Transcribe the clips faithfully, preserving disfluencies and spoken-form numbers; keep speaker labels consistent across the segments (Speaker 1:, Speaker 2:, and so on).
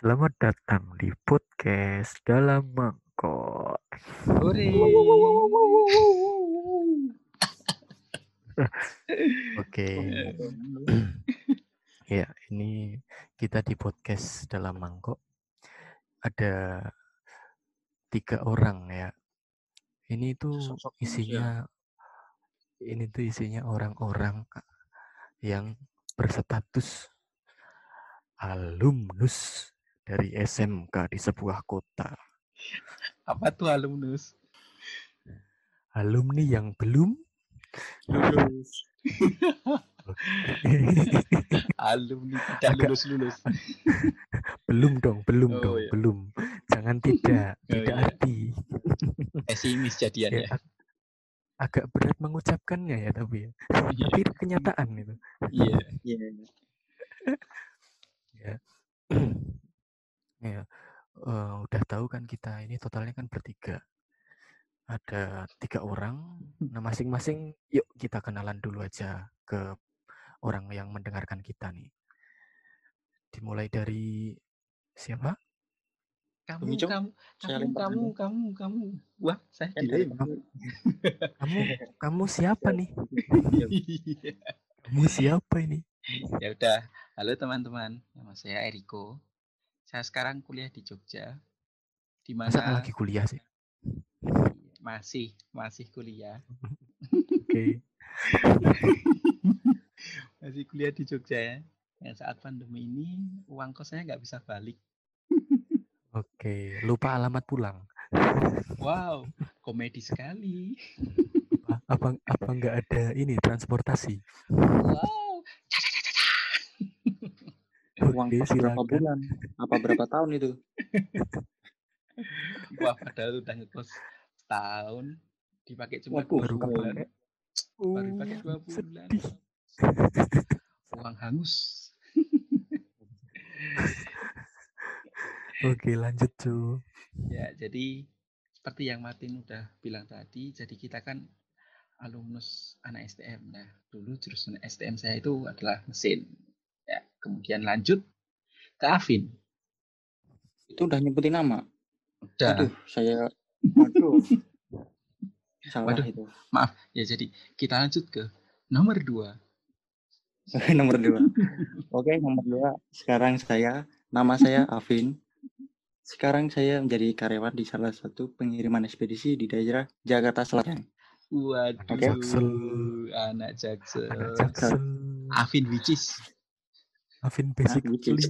Speaker 1: Selamat datang di podcast Dalam Mangkok.
Speaker 2: Hore.
Speaker 1: Oke. Ya, ini kita di podcast Dalam Mangkok. Ada tiga orang ya. Ini tuh isinya, ini tuh isinya orang-orang yang berstatus alumnus dari S M K di sebuah kota.
Speaker 2: Apa tuh alumnus?
Speaker 1: Alumni yang belum
Speaker 3: lulus.
Speaker 2: Alumni tidak
Speaker 1: Agak-
Speaker 2: lulus-lulus.
Speaker 1: belum dong, belum
Speaker 2: Oh,
Speaker 1: dong,
Speaker 2: iya.
Speaker 1: belum. Jangan tidak,
Speaker 2: Oh,
Speaker 1: tidak
Speaker 2: iya.
Speaker 1: arti.
Speaker 2: Pesimis jadiannya.
Speaker 1: Ya, ag- agak berat mengucapkannya ya tapi ya.
Speaker 2: Iya.
Speaker 1: Tapi kenyataan itu.
Speaker 2: Iya.
Speaker 3: Iya.
Speaker 1: Ya. Ya. Eh, udah tahu kan kita ini totalnya kan bertiga. Ada tiga orang. Nah masing-masing yuk kita kenalan dulu aja ke orang yang mendengarkan kita nih. Dimulai dari siapa?
Speaker 2: Kamu,
Speaker 3: Bumi Cong,
Speaker 2: kamu,
Speaker 3: saya
Speaker 2: kamu,
Speaker 3: lempar
Speaker 2: kamu,
Speaker 3: Anda.
Speaker 2: kamu, kamu. Wah, saya
Speaker 3: Kan dari
Speaker 2: dilempar.
Speaker 1: Kamu kamu siapa nih?
Speaker 2: Iya.
Speaker 1: Kamu siapa ini?
Speaker 2: Ya udah. Halo teman-teman. Nama saya Eriko. Saya sekarang kuliah di Jogja. Di
Speaker 1: Masa
Speaker 2: mana
Speaker 1: lagi kuliah sih?
Speaker 2: masih masih kuliah.
Speaker 1: Oke.
Speaker 2: Masih kuliah di Jogja ya. Yang saat pandemi ini uang kosnya nggak bisa balik.
Speaker 1: Oke, lupa alamat pulang.
Speaker 2: Wow, komedi sekali.
Speaker 1: Apa apa apa nggak ada ini transportasi?
Speaker 2: Wow.
Speaker 3: Uang
Speaker 1: Oke,
Speaker 3: kos berapa
Speaker 1: silakan.
Speaker 3: bulan? Apa berapa tahun itu?
Speaker 2: Wah, padahal udah ngekos setahun, dipakai cuma
Speaker 3: Waduh,
Speaker 2: dua
Speaker 1: Baru
Speaker 2: bulan.
Speaker 1: kepake.
Speaker 2: Baru
Speaker 1: Uh,
Speaker 2: pakai dua bulan.
Speaker 1: sedih.
Speaker 2: Uang hangus.
Speaker 1: Oke, lanjut cu.
Speaker 2: Ya, jadi seperti yang Martin udah bilang tadi, jadi kita kan alumnus anak S T M. Nah, dulu jurusan S T M saya itu adalah mesin. Ya, kemudian lanjut ke Afin.
Speaker 3: itu udah nyebutin nama.
Speaker 2: Udah.
Speaker 3: Waduh, saya waduh. Salah
Speaker 2: Waduh.
Speaker 3: itu.
Speaker 2: Maaf. Ya, jadi kita lanjut ke nomor dua.
Speaker 3: Nomor dua. Oke, nomor dua. Sekarang saya, nama saya Afin. Sekarang saya menjadi karyawan di salah satu pengiriman ekspedisi di daerah Jakarta Selatan.
Speaker 2: Waduh,
Speaker 1: Anak Jaksel.
Speaker 2: anak Jaksel.
Speaker 1: Anak Jaksel.
Speaker 2: Afin which is
Speaker 1: Afin
Speaker 3: Nah, which
Speaker 1: basically.
Speaker 3: is-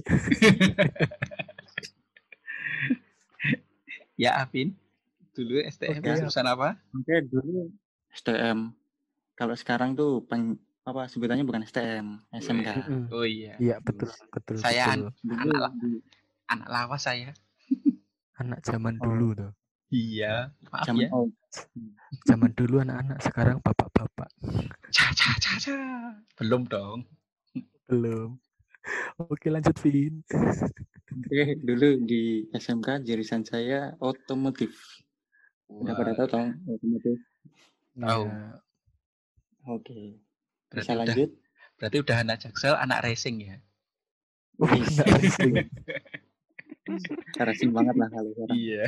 Speaker 2: Ya, Afin. Dulu S T M
Speaker 1: Oke,
Speaker 2: jurusan apa?
Speaker 3: Oke, dulu S T M. Kalau sekarang tuh pen, apa sebutannya bukan S T M, S M K.
Speaker 1: Mm-mm.
Speaker 2: Oh iya.
Speaker 1: Iya, betul, betul,
Speaker 2: Saya
Speaker 1: betul.
Speaker 2: an-
Speaker 3: Dulu
Speaker 2: anak la-
Speaker 3: di
Speaker 2: anak lawas saya.
Speaker 1: Anak zaman
Speaker 3: Oh.
Speaker 1: dulu tuh.
Speaker 2: Iya, maaf
Speaker 3: zaman
Speaker 2: ya.
Speaker 3: old.
Speaker 1: Zaman dulu anak-anak, sekarang bapak-bapak.
Speaker 2: Ca ca ca ca. Belum dong.
Speaker 1: Belum. Oke, lanjut Vin.
Speaker 3: Oke, dulu di S M K jurusan saya otomotif. Udah pada tahu tong otomotif.
Speaker 2: Tahu.
Speaker 1: Ya,
Speaker 3: Oke.
Speaker 2: Berarti
Speaker 3: Bisa
Speaker 2: udah
Speaker 3: lanjut?
Speaker 2: berarti udah anak Jaksel, anak racing ya.
Speaker 1: oh,
Speaker 3: Wih.
Speaker 1: anak racing.
Speaker 3: Racing banget lah kalau sekarang.
Speaker 2: Iya.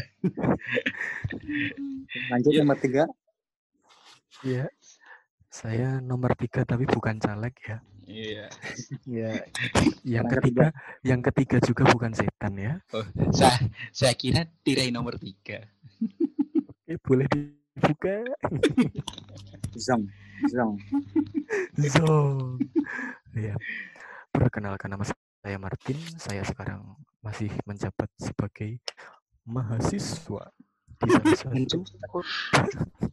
Speaker 3: Lanjut
Speaker 2: Yuk.
Speaker 3: nomor tiga.
Speaker 1: Iya. Saya nomor tiga tapi bukan caleg ya.
Speaker 2: Iya.
Speaker 1: Ya, yang
Speaker 3: Orang
Speaker 1: ketiga, yang ketiga juga bukan setan ya.
Speaker 2: Oh, saya saya kira tirai nomor tiga.
Speaker 1: Oke, boleh dibuka.
Speaker 3: Zong. Zong.
Speaker 1: Zong. Ya. Perkenalkan, nama saya Martin. Saya sekarang masih menjabat sebagai mahasiswa di salah satu kota.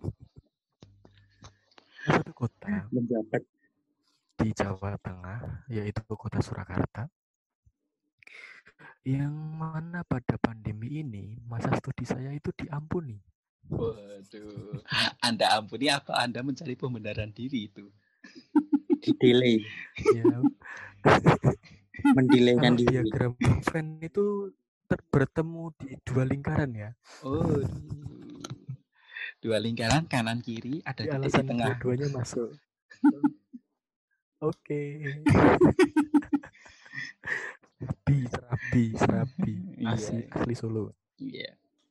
Speaker 1: Salah satu kota
Speaker 3: Menjabat.
Speaker 1: di Jawa Tengah, yaitu kota Surakarta. Yang mana pada pandemi ini masa studi saya itu diampuni.
Speaker 2: Waduh. Anda ampuni apa Anda mencari pembenaran diri itu?
Speaker 3: Di delay.
Speaker 1: Ya,
Speaker 3: Mendelaykan
Speaker 1: kalau
Speaker 3: diri.
Speaker 1: diagram Venn itu ter- bertemu di dua lingkaran ya.
Speaker 2: Oh, dua lingkaran kanan kiri ada
Speaker 1: Jadi
Speaker 2: titik di
Speaker 1: alasan
Speaker 2: tengah.
Speaker 1: dua-duanya masuk. Oke. Serabi, Serabi, Serabi. Asli,
Speaker 2: Iya,
Speaker 1: asli Solo.
Speaker 2: iya.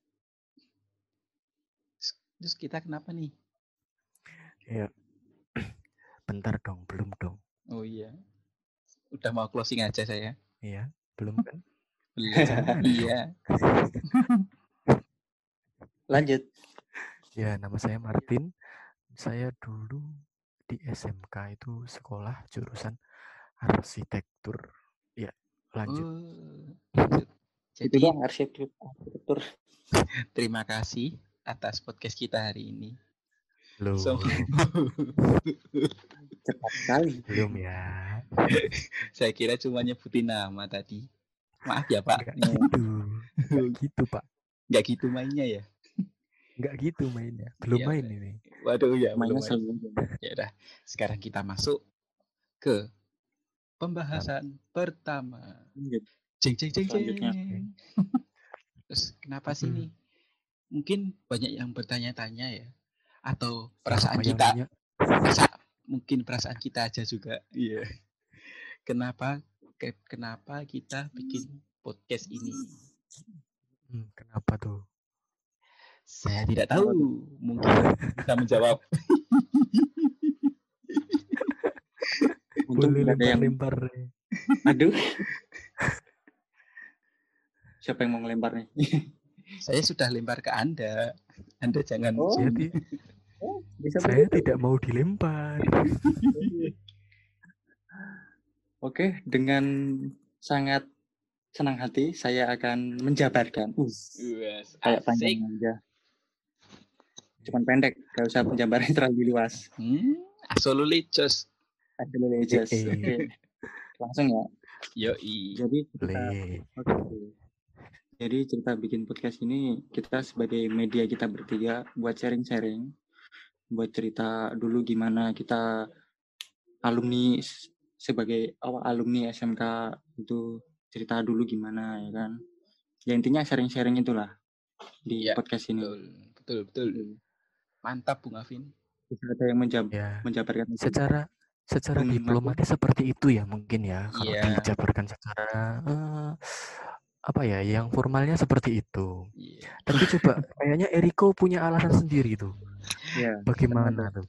Speaker 2: Terus, terus kita kenapa nih?
Speaker 1: Ya, bentar dong, belum dong.
Speaker 2: Oh iya, udah mau closing aja saya.
Speaker 1: Iya, belum kan?
Speaker 2: Belum.
Speaker 1: Jangan
Speaker 2: Iya.
Speaker 1: dong.
Speaker 3: Lanjut.
Speaker 1: Ya, nama saya Martin. Saya dulu di S M K itu sekolah jurusan arsitektur. Ya, lanjut.
Speaker 2: Oh, lanjut.
Speaker 3: Itu
Speaker 2: Jadi
Speaker 3: doang arsitektur. arsitektur.
Speaker 2: terima kasih atas podcast kita hari ini.
Speaker 1: Loh,
Speaker 2: So,
Speaker 3: Cepat sekali.
Speaker 1: belum ya.
Speaker 2: saya kira cuma nyebutin nama tadi. Maaf ya Pak,
Speaker 1: Enggak gitu. Enggak gitu, Pak.
Speaker 2: nggak gitu mainnya ya.
Speaker 1: Enggak gitu mainnya. Belum
Speaker 2: Ya
Speaker 1: main
Speaker 2: udah.
Speaker 1: ini.
Speaker 2: Waduh ya
Speaker 3: Mainnya
Speaker 2: belum main.
Speaker 3: selalu.
Speaker 2: Ya udah. Sekarang kita masuk ke pembahasan pertama.
Speaker 3: Lanjut.
Speaker 2: Jeng jeng jeng
Speaker 3: Selanjutnya.
Speaker 2: jeng. Terus kenapa sih
Speaker 1: Hmm.
Speaker 2: nih? Mungkin banyak yang bertanya-tanya ya. Atau
Speaker 1: Siapa
Speaker 2: perasaan
Speaker 1: yang
Speaker 2: kita,
Speaker 1: nanya?
Speaker 2: perasa, mungkin perasaan kita aja juga. Iya. Kenapa ke- kenapa kita bikin podcast ini?
Speaker 1: Hmm, kenapa tuh?
Speaker 2: Saya tidak
Speaker 3: Kenapa tuh?
Speaker 2: tahu. Mungkin bisa menjawab.
Speaker 3: Untung
Speaker 1: Boleh
Speaker 3: tidak ada yang.
Speaker 1: lempar-lempar.
Speaker 3: Aduh. Siapa yang mau ngelempar nih?
Speaker 2: Saya sudah lempar ke Anda. Anda jangan.
Speaker 3: Oh,
Speaker 1: Saya, ti-
Speaker 3: oh, bisa
Speaker 1: saya
Speaker 3: begitu.
Speaker 1: tidak mau dilempar.
Speaker 3: Oke, dengan sangat senang hati saya akan menjabarkan. Uh,
Speaker 2: Yes,
Speaker 3: kayak
Speaker 2: asik.
Speaker 3: panjang aja. Cuman pendek, gak usah penjabarannya terlalu luas.
Speaker 2: Hmm, absolutely just.
Speaker 3: Absolutely just.
Speaker 1: Eh,
Speaker 3: Oke, langsung ya.
Speaker 2: Yoi.
Speaker 3: Jadi kita,
Speaker 1: boleh.
Speaker 3: oke. Jadi cerita bikin podcast ini kita sebagai media kita bertiga buat sharing-sharing, buat cerita dulu gimana kita alumni s- sebagai awal alumni S M K itu cerita dulu gimana ya kan. Ya intinya sharing-sharing itulah di
Speaker 2: Ya,
Speaker 3: podcast ini.
Speaker 2: betul, betul, betul. Mantap, Bung Afin.
Speaker 3: Bisa ada yang menjab
Speaker 1: Ya,
Speaker 3: menjabarkan itu.
Speaker 1: secara secara
Speaker 3: Bung
Speaker 1: diplomatis seperti itu ya mungkin ya. Kalau
Speaker 2: Iya.
Speaker 1: dijabarkan secara eh, apa ya, yang formalnya seperti itu.
Speaker 2: Iya.
Speaker 1: Tapi coba kayaknya Eriko punya alasan sendiri tuh.
Speaker 3: Ya,
Speaker 1: Bagaimana tuh?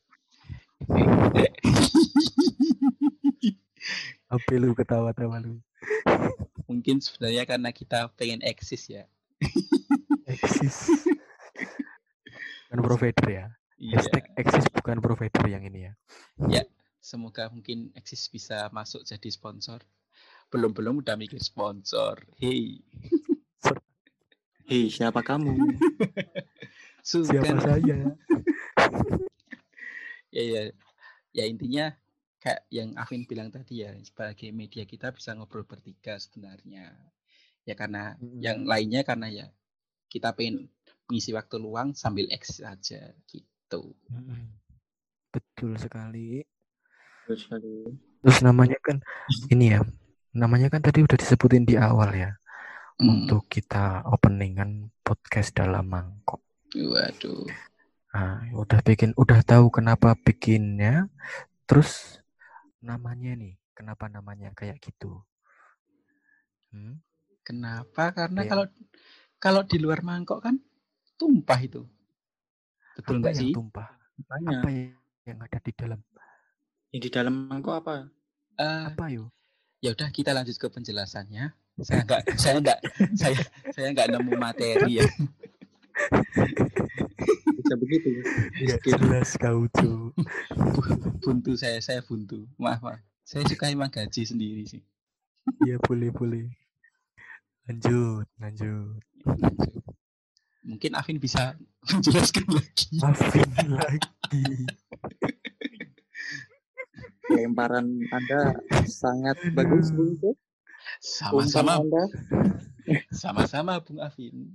Speaker 1: Apa lu ketawa-tawa lu?
Speaker 2: Mungkin sebenarnya karena kita pengen eksis ya.
Speaker 1: Eksis. Bukan provider ya.
Speaker 2: Iya.
Speaker 1: Hashtag eksis bukan provider yang ini ya.
Speaker 2: Ya, semoga mungkin eksis bisa masuk jadi sponsor. Belum-belum udah mikir sponsor. Hey.
Speaker 3: hei siapa kamu?
Speaker 1: Siapa
Speaker 2: Sukan.
Speaker 1: saya?
Speaker 2: Ya, ya, ya intinya kayak yang Afin bilang tadi ya, sebagai media kita bisa ngobrol bertiga sebenarnya. Ya karena
Speaker 1: Mm-mm.
Speaker 2: yang lainnya karena ya kita pengen mengisi waktu luang sambil eksis aja gitu.
Speaker 1: Mm-mm. Betul sekali.
Speaker 3: Terus sekali.
Speaker 1: Terus namanya kan ini ya. Namanya kan tadi udah disebutin di awal ya.
Speaker 2: Hmm.
Speaker 1: Untuk kita openingan podcast dalam mangkok.
Speaker 2: Waduh.
Speaker 1: Nah, udah bikin, udah tahu kenapa bikinnya. Terus namanya nih, kenapa namanya kayak gitu? Hmm?
Speaker 2: Kenapa? Karena
Speaker 1: Kayak
Speaker 2: kalau kalau di luar mangkok kan tumpah itu. Betul
Speaker 1: apa
Speaker 2: nggak
Speaker 1: yang
Speaker 2: sih?
Speaker 1: tumpah?
Speaker 3: Apanya?
Speaker 1: Apa yang ada di dalam?
Speaker 3: Yang di dalam mangkok apa?
Speaker 2: Uh,
Speaker 1: Apa yo?
Speaker 2: Ya udah kita lanjut ke penjelasannya. Saya nggak, saya nggak, saya saya nggak nemu materi ya.
Speaker 3: Bisa begitu.
Speaker 1: Gak jelas kau tuh.
Speaker 2: Buntu saya, saya buntu. Maaf, maaf. Saya suka emang gaji sendiri sih.
Speaker 1: Iya boleh boleh. Lanjut lanjut.
Speaker 2: Lanjut. Mungkin Afin bisa menjelaskan lagi.
Speaker 1: Afin lagi.
Speaker 3: Lemparan Anda sangat
Speaker 1: Aduh.
Speaker 3: bagus begitu.
Speaker 2: Sama-sama,
Speaker 3: Anda
Speaker 2: sama-sama Bung Afin.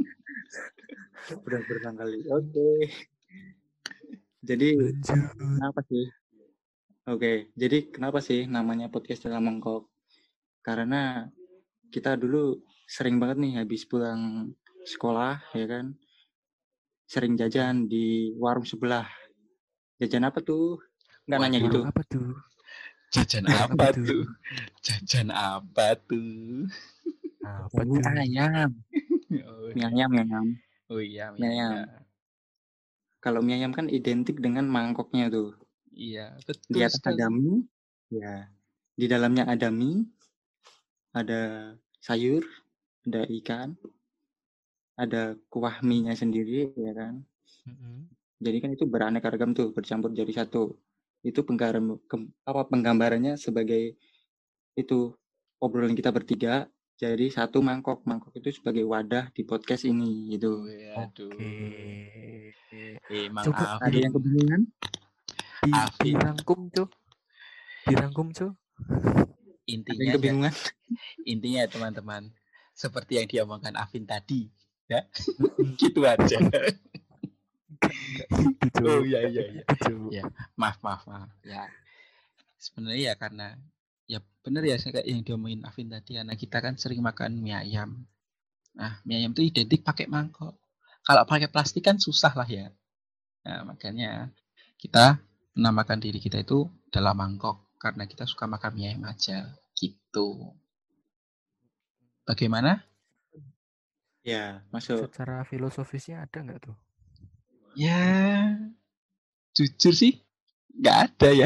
Speaker 3: udah berulang kali. Oke. Okay. Jadi
Speaker 1: Lanjut.
Speaker 3: kenapa sih? Oke, okay. Jadi kenapa sih namanya podcast dalam mangkok? Karena kita dulu sering banget nih habis pulang sekolah ya kan, sering jajan di warung sebelah. Jajan apa tuh? Nggak nanya gitu.
Speaker 1: Warung apa tuh?
Speaker 2: Jajan
Speaker 1: Apa
Speaker 2: apa
Speaker 1: tuh?
Speaker 2: tuh? Jajan apa tuh?
Speaker 1: Apa
Speaker 3: Mie
Speaker 1: tuh?
Speaker 3: ayam.
Speaker 2: Oh,
Speaker 3: Mie ayam, mie ayam.
Speaker 2: oh iya,
Speaker 3: Mie
Speaker 2: mie
Speaker 3: ayam.
Speaker 2: ayam.
Speaker 3: Kalau mie ayam kan identik dengan mangkoknya tuh.
Speaker 2: Iya,
Speaker 3: Di
Speaker 2: betul
Speaker 3: atas ada
Speaker 2: sekali.
Speaker 3: mie, ya. Di dalamnya ada mie, ada sayur, ada ikan, ada kuah mie-nya sendiri, ya kan.
Speaker 1: Mm-mm.
Speaker 3: Jadi kan itu beraneka ragam tuh, bercampur jadi satu. Itu penggambaran apa penggambarannya sebagai itu obrolan kita bertiga. Jadi satu mangkok, mangkok itu sebagai wadah di podcast ini gitu.
Speaker 1: Oke.
Speaker 2: Emang
Speaker 1: Coba
Speaker 3: Ada
Speaker 2: Afin,
Speaker 3: yang kebingungan?
Speaker 1: di
Speaker 2: Afin.
Speaker 1: dirangkum, Cuk. Dirangkum, Cuk.
Speaker 3: Ada yang
Speaker 2: Intinya ya,
Speaker 3: kebingungan?
Speaker 2: intinya ya teman-teman, seperti yang diomongkan Afin tadi, ya,
Speaker 1: Mm-mm.
Speaker 2: gitu aja.
Speaker 1: Enggak, enggak gitu, Cuk.
Speaker 2: Oh iya
Speaker 1: Enggak
Speaker 2: iya iya.
Speaker 1: gitu, Cuk.
Speaker 2: Ya, maaf maaf maaf. Ya, sebenarnya ya karena ya benar ya kayak yang diomongin Afin tadi, karena kita kan sering makan mie ayam. Nah, mie ayam itu identik pakai mangkok. Kalau pakai plastik kan susah lah ya. Nah, makanya kita menamakan diri kita itu dalam mangkok karena kita suka makan mie ayam aja gitu. Bagaimana?
Speaker 3: Ya, masuk.
Speaker 1: Secara filosofisnya ada nggak tuh?
Speaker 2: Ya, jujur sih nggak ada ya.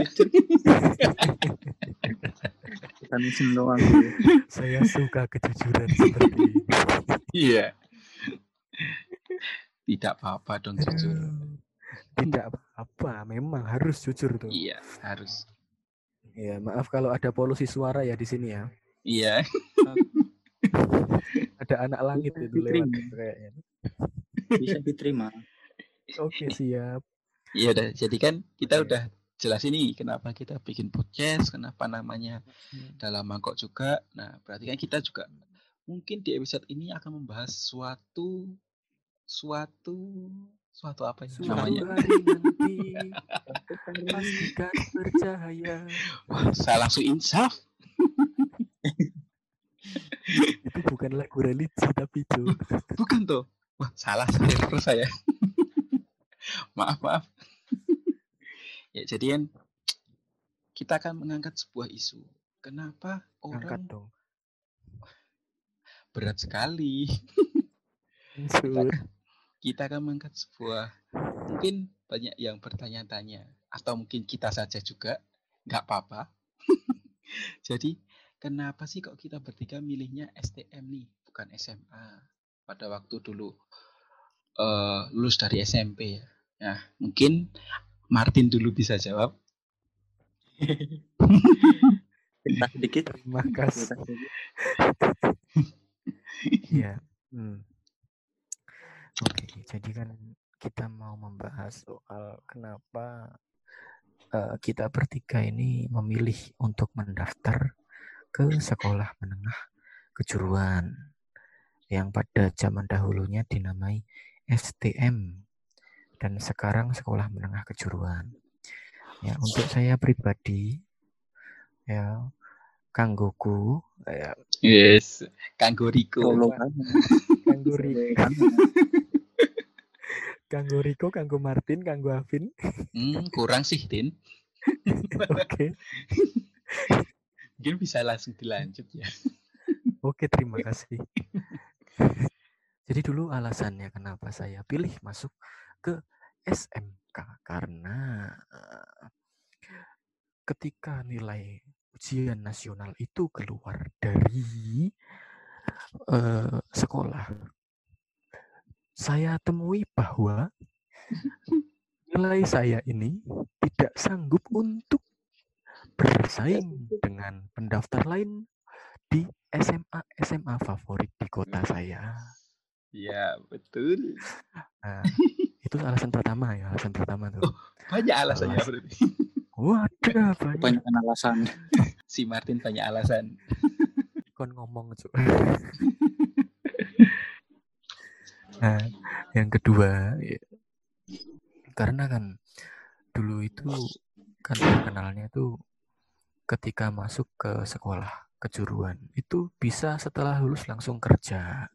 Speaker 3: Kita mesen doang gitu.
Speaker 1: Saya suka kejujuran seperti ini.
Speaker 2: Iya. Tidak apa-apa dong jujur.
Speaker 1: Aduh. Tidak apa-apa, memang harus jujur tuh.
Speaker 2: Iya, harus.
Speaker 1: Ya, maaf kalau ada polusi suara ya di sini ya.
Speaker 2: Iya.
Speaker 1: Ada anak langit
Speaker 3: Bisa
Speaker 1: itu lewat
Speaker 3: diterima.
Speaker 1: itu kayaknya.
Speaker 3: Bisa diterima.
Speaker 1: Oke, siap.
Speaker 2: Iya udah. Jadi kan kita
Speaker 1: Oke.
Speaker 2: udah jelas ini kenapa kita bikin podcast, kenapa namanya dalam mangkok juga. Nah, berarti kan kita juga mungkin di episode ini akan membahas suatu suatu suatu apa ya
Speaker 1: Suatu
Speaker 2: namanya?
Speaker 1: hari nanti pastikan bercahaya.
Speaker 2: Wah, saya langsung insaf.
Speaker 1: Itu bukan lagu religi tapi itu.
Speaker 2: Bukan tuh. Wah, salah saya terus saya. Maaf, maaf. Ya, jadi kan kita akan mengangkat sebuah isu. Kenapa
Speaker 1: Angkat
Speaker 2: orang
Speaker 1: dong.
Speaker 2: berat sekali? Kita,
Speaker 1: Unsur.
Speaker 2: kita akan mengangkat sebuah, mungkin banyak yang bertanya-tanya, atau mungkin kita saja juga, nggak apa-apa. Jadi, kenapa sih kok kita bertiga milihnya S T M nih, bukan S M A? Pada waktu dulu uh, lulus dari S M P ya. Nah, mungkin Martin dulu bisa jawab.
Speaker 3: Cerita sedikit.
Speaker 1: Terima kasih.
Speaker 3: Cerita sedikit.
Speaker 1: Ya. Hmm. Oke, jadi kan kita mau membahas soal kenapa uh, kita bertiga ini memilih untuk mendaftar ke sekolah menengah kejuruan yang pada zaman dahulunya dinamai S T M dan sekarang sekolah menengah kejuruan. Ya, untuk saya pribadi ya kanggoku ya
Speaker 2: Yes, Kanggo Riko.
Speaker 3: Solo banget.
Speaker 1: Kanggo
Speaker 3: Solo
Speaker 1: Riko,
Speaker 3: banget.
Speaker 1: Kanggo Riko, Kanggo Martin, Kanggo Afin.
Speaker 2: Hmm, kurang sih, Tin.
Speaker 1: Oke.
Speaker 2: Mungkin bisa langsung dilanjut ya.
Speaker 1: Oke, terima kasih. Jadi dulu alasannya kenapa saya pilih masuk ke S M K karena uh, ketika nilai ujian nasional itu keluar dari uh, sekolah, saya temui bahwa nilai saya ini tidak sanggup untuk bersaing dengan pendaftar lain di S M A S M A favorit di kota saya.
Speaker 2: Iya, betul.
Speaker 1: Nah, itu alasan pertama ya, alasan pertama tuh.
Speaker 2: Oh, banyak alasannya
Speaker 1: Alas.
Speaker 2: berarti.
Speaker 1: Waduh, banyak.
Speaker 3: Banyak alasan.
Speaker 2: Si Martin banyak alasan.
Speaker 1: Kon ngomong, Cuk. Nah, yang kedua, ya, karena kan dulu itu kan terkenalnya tuh ketika masuk ke sekolah kejuruan itu bisa setelah lulus langsung kerja.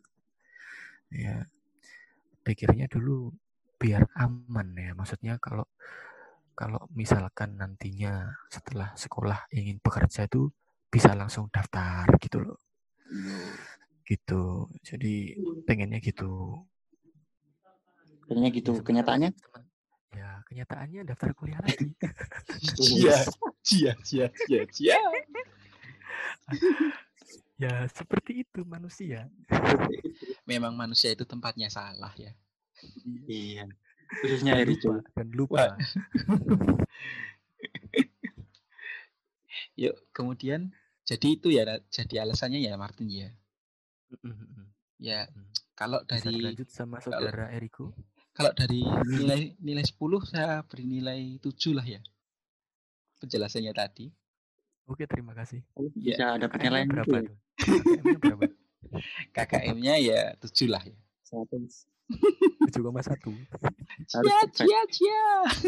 Speaker 1: Ya, pikirnya dulu biar aman ya. Maksudnya kalau kalau misalkan nantinya setelah sekolah ingin bekerja itu bisa langsung daftar gitu loh. Gitu. Jadi pengennya gitu.
Speaker 3: Pengennya gitu.
Speaker 1: Ya,
Speaker 3: Kenyataannya?
Speaker 1: Ya, kenyataannya daftar kuliah lagi.
Speaker 2: Cia, cia, cia, cia, cia.
Speaker 1: Ya, seperti itu manusia.
Speaker 2: Memang manusia itu tempatnya salah ya.
Speaker 3: Iya. Khususnya
Speaker 1: Dan
Speaker 3: Erico.
Speaker 1: lupa, dan lupa.
Speaker 2: Yuk, kemudian jadi itu ya, jadi alasannya ya Martin ya. Ya, kalau
Speaker 1: Bisa
Speaker 2: dari
Speaker 1: lanjut sama saudara Eriko.
Speaker 2: Kalau dari nilai nilai sepuluh saya beri nilai tujuh lah ya. Penjelasannya tadi.
Speaker 1: Oke, terima kasih.
Speaker 3: Bisa
Speaker 2: Ya.
Speaker 3: ada penilaian
Speaker 1: berapa
Speaker 3: ya?
Speaker 1: tuh? K K M-nya berapa?
Speaker 2: K K M-nya ya tujuh lah ya.
Speaker 1: tujuh koma satu.
Speaker 2: Cia, cia, cia.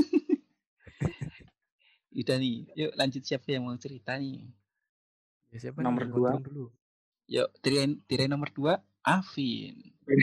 Speaker 2: Udah nih, yuk lanjut siapa yang mau cerita nih?
Speaker 1: Ya, siapa
Speaker 3: nomor
Speaker 1: nih?
Speaker 3: dua
Speaker 1: dulu.
Speaker 2: Yuk, tirai, tirai nomor dua, Afin.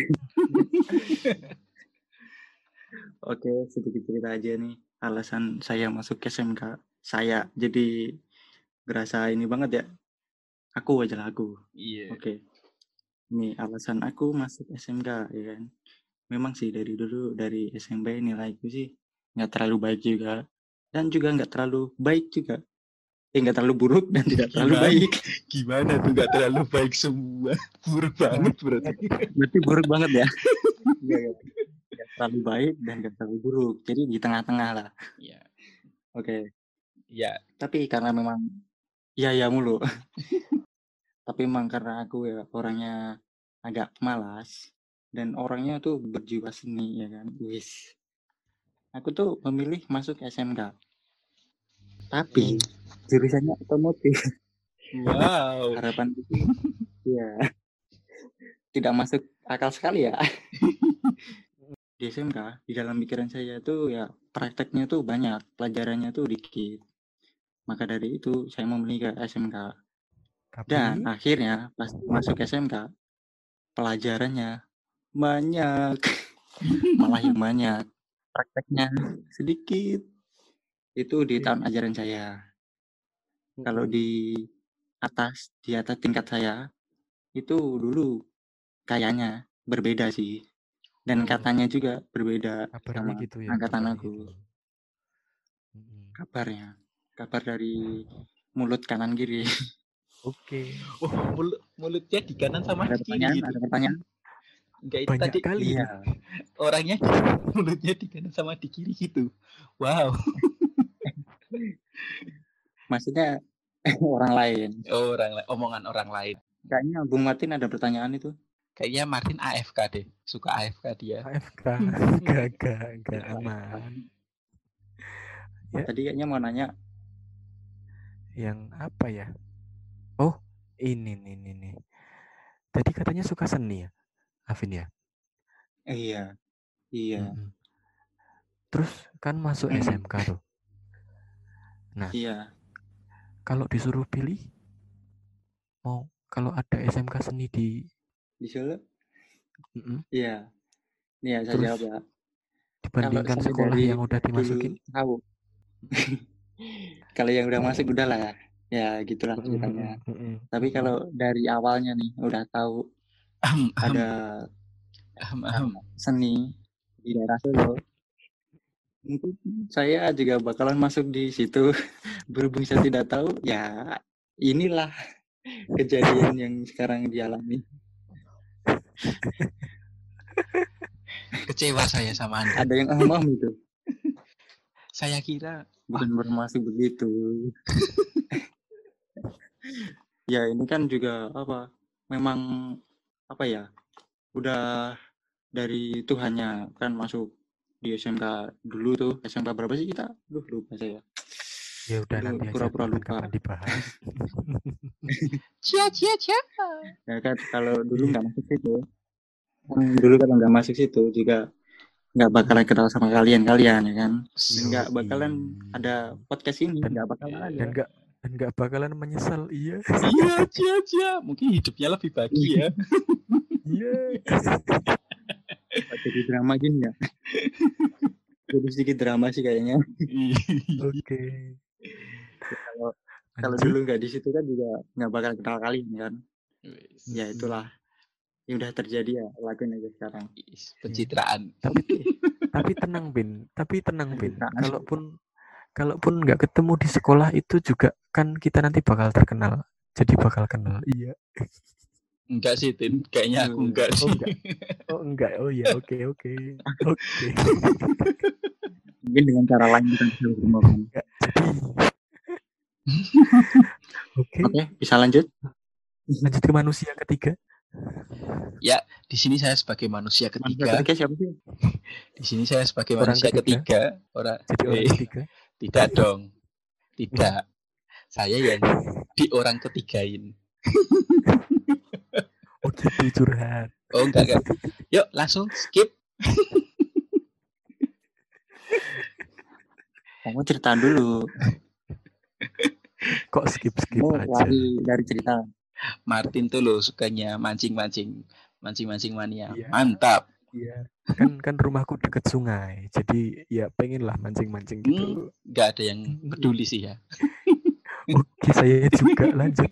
Speaker 3: Oke, sedikit cerita aja nih. Alasan saya masuk ke S M K. Saya jadi berasa ini banget ya. Aku aja lah aku.
Speaker 2: Iya.
Speaker 3: Oke. Nih alasan aku masuk S M K ya kan. Memang sih dari dulu dari S M P nilaiku sih nggak terlalu baik juga. Dan juga nggak terlalu baik juga. Eh nggak terlalu buruk dan tidak terlalu
Speaker 2: Gimana?
Speaker 3: baik.
Speaker 2: Gimana tuh nggak terlalu baik semua? Buruk banget berarti.
Speaker 3: Berarti buruk banget ya. Iya, nggak terlalu baik dan nggak terlalu buruk. Jadi di tengah-tengah lah.
Speaker 2: Iya.
Speaker 3: Oke.
Speaker 2: Ya.
Speaker 3: Tapi karena memang iya ya mulu. Tapi memang karena aku ya orangnya agak malas dan orangnya tuh berjiwa seni ya kan. Wis. Aku tuh memilih masuk S M K. Tapi jurusannya otomotif.
Speaker 2: Wow.
Speaker 3: Harapan itu ya tidak masuk akal sekali ya. Di S M K di dalam pikiran saya tuh ya prakteknya tuh banyak, pelajarannya tuh dikit. Maka dari itu saya memilih ke S M K.
Speaker 1: Tapi...
Speaker 3: Dan akhirnya pas masuk S M K pelajarannya banyak. Malah yang banyak. Prakteknya sedikit. Itu di tahun ajaran saya. Kalau di atas, di atas tingkat saya, itu dulu kayaknya berbeda sih. Dan katanya juga berbeda
Speaker 1: kabarnya
Speaker 3: sama
Speaker 1: gitu ya,
Speaker 3: angkatan
Speaker 1: kabarnya
Speaker 3: aku.
Speaker 1: gitu.
Speaker 3: Kabarnya. Kabar dari mulut kanan kiri.
Speaker 1: Oke.
Speaker 2: Oh, mulut, mulutnya di kanan sama
Speaker 3: Ada
Speaker 2: di kiri gitu.
Speaker 3: Ada pertanyaan?
Speaker 2: Enggak, itu
Speaker 1: Banyak
Speaker 2: tadi
Speaker 1: kali.
Speaker 3: Iya.
Speaker 2: Orangnya mulutnya di kanan sama di kiri gitu. Wow.
Speaker 3: Maksudnya orang lain.
Speaker 2: Oh, orang omongan orang lain.
Speaker 3: Kayaknya Bung Martin ada pertanyaan itu.
Speaker 2: Kayaknya Martin A F K deh. Suka A F K dia.
Speaker 1: A F K. Gak, gak, gak aman.
Speaker 3: Ya. Tadi kayaknya mau nanya.
Speaker 1: Yang apa ya? Oh, ini nih, nih, nih. Tadi katanya suka seni ya, Afin ya?
Speaker 3: Iya. Iya.
Speaker 1: Mm-mm. Terus kan masuk S M K tuh. Nah,
Speaker 3: iya.
Speaker 1: Kalau disuruh pilih, mau kalau ada S M K seni di
Speaker 3: di Solo?
Speaker 1: Mm-mm.
Speaker 3: Iya. Nih ya, saya
Speaker 1: Terus,
Speaker 3: jawab ya.
Speaker 1: Dibandingkan
Speaker 3: Kalau
Speaker 1: sekolah
Speaker 3: dari
Speaker 1: yang udah dimasukin?
Speaker 3: Tahu. Kalau yang udah masuk udah lah. Ya gitulah ceritanya.
Speaker 1: Mm-mm.
Speaker 3: Tapi kalau dari awalnya nih udah tahu
Speaker 2: Ahem,
Speaker 3: ada
Speaker 2: ahem, ahem.
Speaker 3: seni di daerah Solo, mungkin saya juga bakalan masuk di situ. Berhubung saya tidak tahu, ya inilah kejadian yang sekarang dialami.
Speaker 2: Kecewa saya sama Anda.
Speaker 3: Ada yang amam itu.
Speaker 2: Saya kira
Speaker 3: bukan bermaksud begitu. Ya ini kan juga apa? Memang apa ya? Udah dari Tuhannya kan masuk di S M K dulu tuh. S M K berapa sih kita? Duh lupa saya.
Speaker 1: Ya udah nanti aja
Speaker 3: pura-pura lupa.
Speaker 1: Kapan dibahas.
Speaker 2: Cia cia cia.
Speaker 3: Ya kan kalau dulu nggak masuk situ. Dulu kalau nggak masuk situ juga nggak bakalan kenal sama kalian-kalian ya kan. Nggak bakalan ada podcast ini.
Speaker 1: Dan
Speaker 3: nggak bakalan ada.
Speaker 1: Dan nggak dan nggak bakalan menyesal. Iya.
Speaker 2: Iya cia cia. Mungkin hidupnya lebih bahagia.
Speaker 1: Iya.
Speaker 3: Jadi drama gini ya. jadi sedikit drama sih kayaknya.
Speaker 1: Oke.
Speaker 3: Kalau kalau
Speaker 1: Lanjut.
Speaker 3: dulu nggak di situ kan juga nggak bakal kenal kalian kan. Ya itulah.
Speaker 1: Hmm.
Speaker 3: Ya udah terjadi ya, lakuin aja sekarang.
Speaker 2: Is, pencitraan.
Speaker 1: Tapi tapi tenang Bin, tapi tenang Bin.
Speaker 3: Pencitraan.
Speaker 1: Kalaupun kalaupun nggak ketemu di sekolah itu juga kan kita nanti bakal terkenal. Jadi bakal kenal. Iya.
Speaker 2: Enggak sih, Tin. Kayaknya aku enggak
Speaker 1: Oh
Speaker 2: sih.
Speaker 1: enggak. Oh enggak. Oh ya, oke oke. Oke.
Speaker 3: Mungkin dengan cara lain kita bisa berkembang.
Speaker 1: Enggak. Jadi Oke.
Speaker 3: Oke, bisa lanjut.
Speaker 1: Lanjut ke manusia ketiga.
Speaker 2: Ya, di sini saya sebagai manusia
Speaker 3: Manusia
Speaker 2: ketiga.
Speaker 3: ketiga siapa sih?
Speaker 2: Di sini saya sebagai
Speaker 1: Orang
Speaker 2: manusia
Speaker 1: ketiga.
Speaker 2: ketiga. Orang
Speaker 1: Jadi orang
Speaker 2: eh,
Speaker 1: ketiga.
Speaker 2: tidak dong. Tidak. Saya yang di orang ketigain.
Speaker 1: Oh gitu curhat.
Speaker 2: Oh enggak enggak. Yuk langsung skip.
Speaker 3: Kamu cerita dulu.
Speaker 1: Kok skip-skip
Speaker 3: Kamu
Speaker 1: aja?
Speaker 3: lari dari cerita.
Speaker 2: Martin tuh loh sukanya mancing-mancing. Mancing-mancing mania.
Speaker 1: Iya.
Speaker 2: Mantap.
Speaker 1: Iya. Kan kan rumahku deket sungai. Jadi ya pengen lah mancing-mancing gitu.
Speaker 2: Hmm, enggak ada yang peduli sih ya.
Speaker 1: Oke, saya juga lanjut.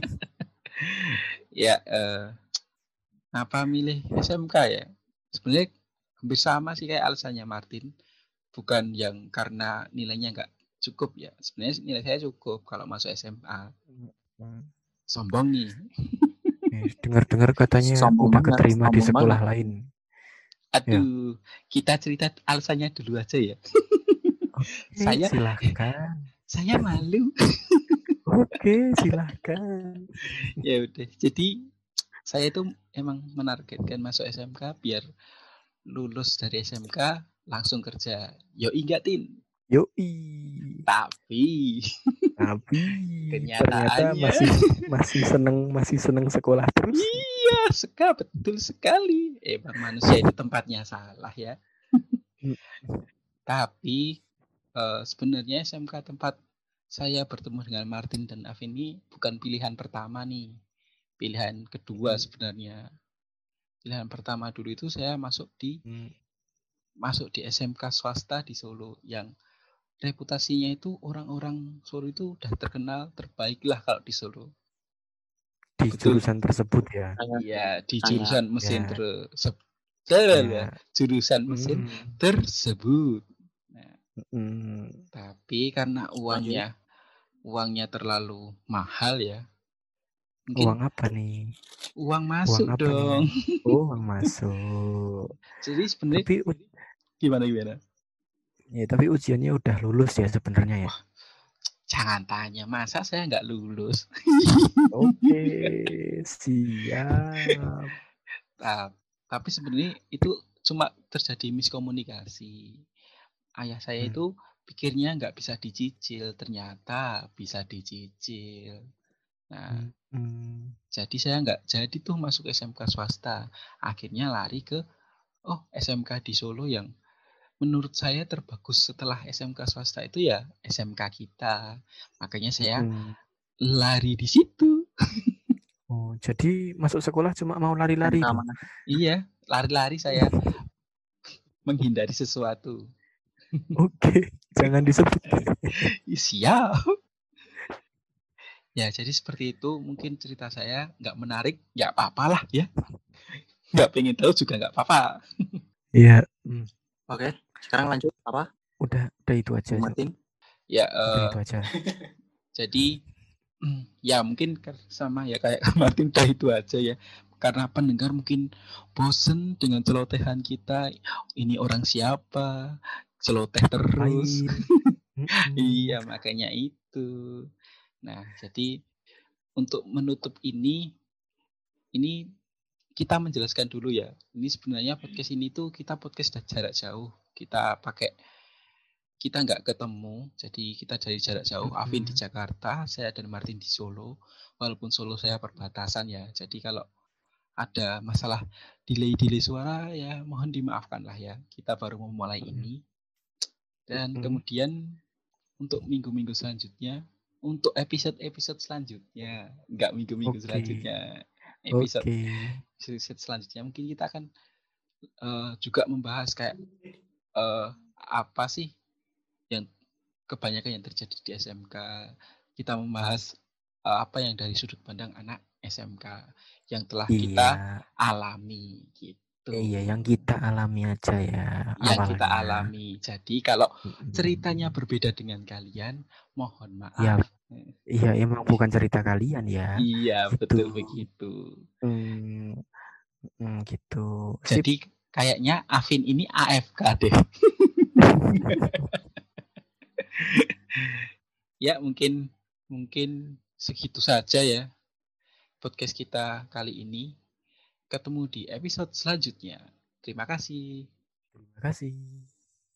Speaker 2: Ya, eh, apa milih S M K ya? Sebenarnya hampir sama sih kayak alasannya Martin. Bukan yang karena nilainya nggak cukup ya. Sebenarnya nilai saya cukup kalau masuk S M A. Sombong nih.
Speaker 1: Eh, dengar-dengar katanya
Speaker 3: Sombong
Speaker 1: udah
Speaker 3: banget,
Speaker 1: keterima di
Speaker 3: sombong
Speaker 1: sekolah
Speaker 3: banget.
Speaker 1: lain.
Speaker 2: Aduh, kita cerita alasannya dulu aja ya.
Speaker 1: Oke,
Speaker 2: Saya
Speaker 1: silahkan.
Speaker 2: saya malu.
Speaker 1: Oke, silahkan.
Speaker 2: Ya udah. Jadi saya itu emang menargetkan masuk S M K biar lulus dari S M K langsung kerja. Yo ingatin.
Speaker 1: Yoi.
Speaker 2: Tapi
Speaker 1: Tapi ternyata
Speaker 2: kenyataannya
Speaker 1: masih masih seneng masih seneng sekolah terus.
Speaker 2: iya, seka betul sekali. Emang manusia itu tempatnya salah ya. Tapi uh, sebenarnya S M K tempat saya bertemu dengan Martin dan Afin ini bukan pilihan pertama nih. Pilihan kedua sebenarnya. Pilihan pertama dulu itu saya masuk di hmm. masuk di S M K swasta di Solo yang reputasinya itu orang-orang Solo itu udah terkenal terbaik lah kalau di Solo.
Speaker 1: Di Betul. Jurusan tersebut ya.
Speaker 2: Iya, di jurusan mesin
Speaker 1: ya.
Speaker 2: tersebut.
Speaker 1: Ya.
Speaker 2: Jurusan mesin hmm. tersebut. Nah,
Speaker 1: hmm.
Speaker 2: Tapi karena uangnya Lanjut. uangnya terlalu mahal ya.
Speaker 1: Mungkin uang apa nih?
Speaker 2: Uang masuk uang dong.
Speaker 1: Nih? Oh, uang masuk.
Speaker 2: Jadi sebenarnya tapi gimana gimana?
Speaker 1: Ya, tapi ujiannya udah lulus ya sebenarnya ya.
Speaker 2: Wah, jangan tanya, masa saya nggak lulus?
Speaker 1: Oke, siap.
Speaker 2: Nah, tapi sebenarnya itu cuma terjadi miskomunikasi. Ayah saya hmm. itu pikirnya nggak bisa dicicil, ternyata bisa dicicil. Nah, hmm. jadi saya nggak jadi tuh masuk S M K swasta. Akhirnya lari ke oh S M K di Solo yang menurut saya terbagus setelah S M K swasta itu ya S M K kita. Makanya saya hmm. lari di situ.
Speaker 1: Oh, jadi masuk sekolah cuma mau lari-lari tuh?
Speaker 2: Iya, lari-lari saya menghindari sesuatu.
Speaker 1: Oke, jangan disebut.
Speaker 2: Siap. Ya, jadi seperti itu mungkin cerita saya nggak menarik, nggak apa-apa lah ya. Nggak pengen tahu juga nggak apa-apa.
Speaker 1: Iya.
Speaker 3: Hmm. Oke, sekarang lanjut apa?
Speaker 1: Udah, udah itu aja.
Speaker 3: Martin.
Speaker 2: Ya,
Speaker 1: udah
Speaker 2: uh,
Speaker 1: itu aja.
Speaker 2: Jadi, ya mungkin sama ya kayak Martin udah itu aja ya. Karena pendengar mungkin bosen dengan celotehan kita. Ini orang siapa? Celoteh terus. Iya, makanya itu. Nah, jadi untuk menutup ini, ini kita menjelaskan dulu ya. Ini sebenarnya podcast ini tuh kita podcast dari jarak jauh. Kita pakai, kita nggak ketemu. Jadi kita dari jarak jauh. Mm-hmm. Afin di Jakarta, saya dan Martin di Solo. Walaupun Solo saya perbatasan ya. Jadi kalau ada masalah delay-delay suara ya mohon dimaafkan lah ya. Kita baru memulai ini. Dan mm-hmm. kemudian untuk minggu-minggu selanjutnya, untuk episode-episode selanjutnya, enggak minggu-minggu okay. selanjutnya, episode okay. episode selanjutnya mungkin kita akan uh, juga membahas kayak uh, apa sih yang kebanyakan yang terjadi di S M K. Kita membahas uh, apa yang dari sudut pandang anak S M K yang telah kita
Speaker 1: Iya,
Speaker 2: alami gitu.
Speaker 1: iya yang kita alami aja ya
Speaker 2: Yang kita
Speaker 1: awalnya.
Speaker 2: alami. Jadi kalau
Speaker 1: Mm-mm.
Speaker 2: ceritanya berbeda dengan kalian, mohon
Speaker 1: Ya,
Speaker 2: maaf.
Speaker 1: iya emang bukan cerita kalian ya.
Speaker 2: Iya,
Speaker 1: Gitu.
Speaker 2: betul begitu.
Speaker 1: Hmm, mm, gitu. Sip.
Speaker 2: Jadi kayaknya Afin ini A F K deh. Ya, mungkin mungkin segitu saja ya podcast kita kali ini. Ketemu di episode selanjutnya. Terima kasih.
Speaker 1: Terima kasih.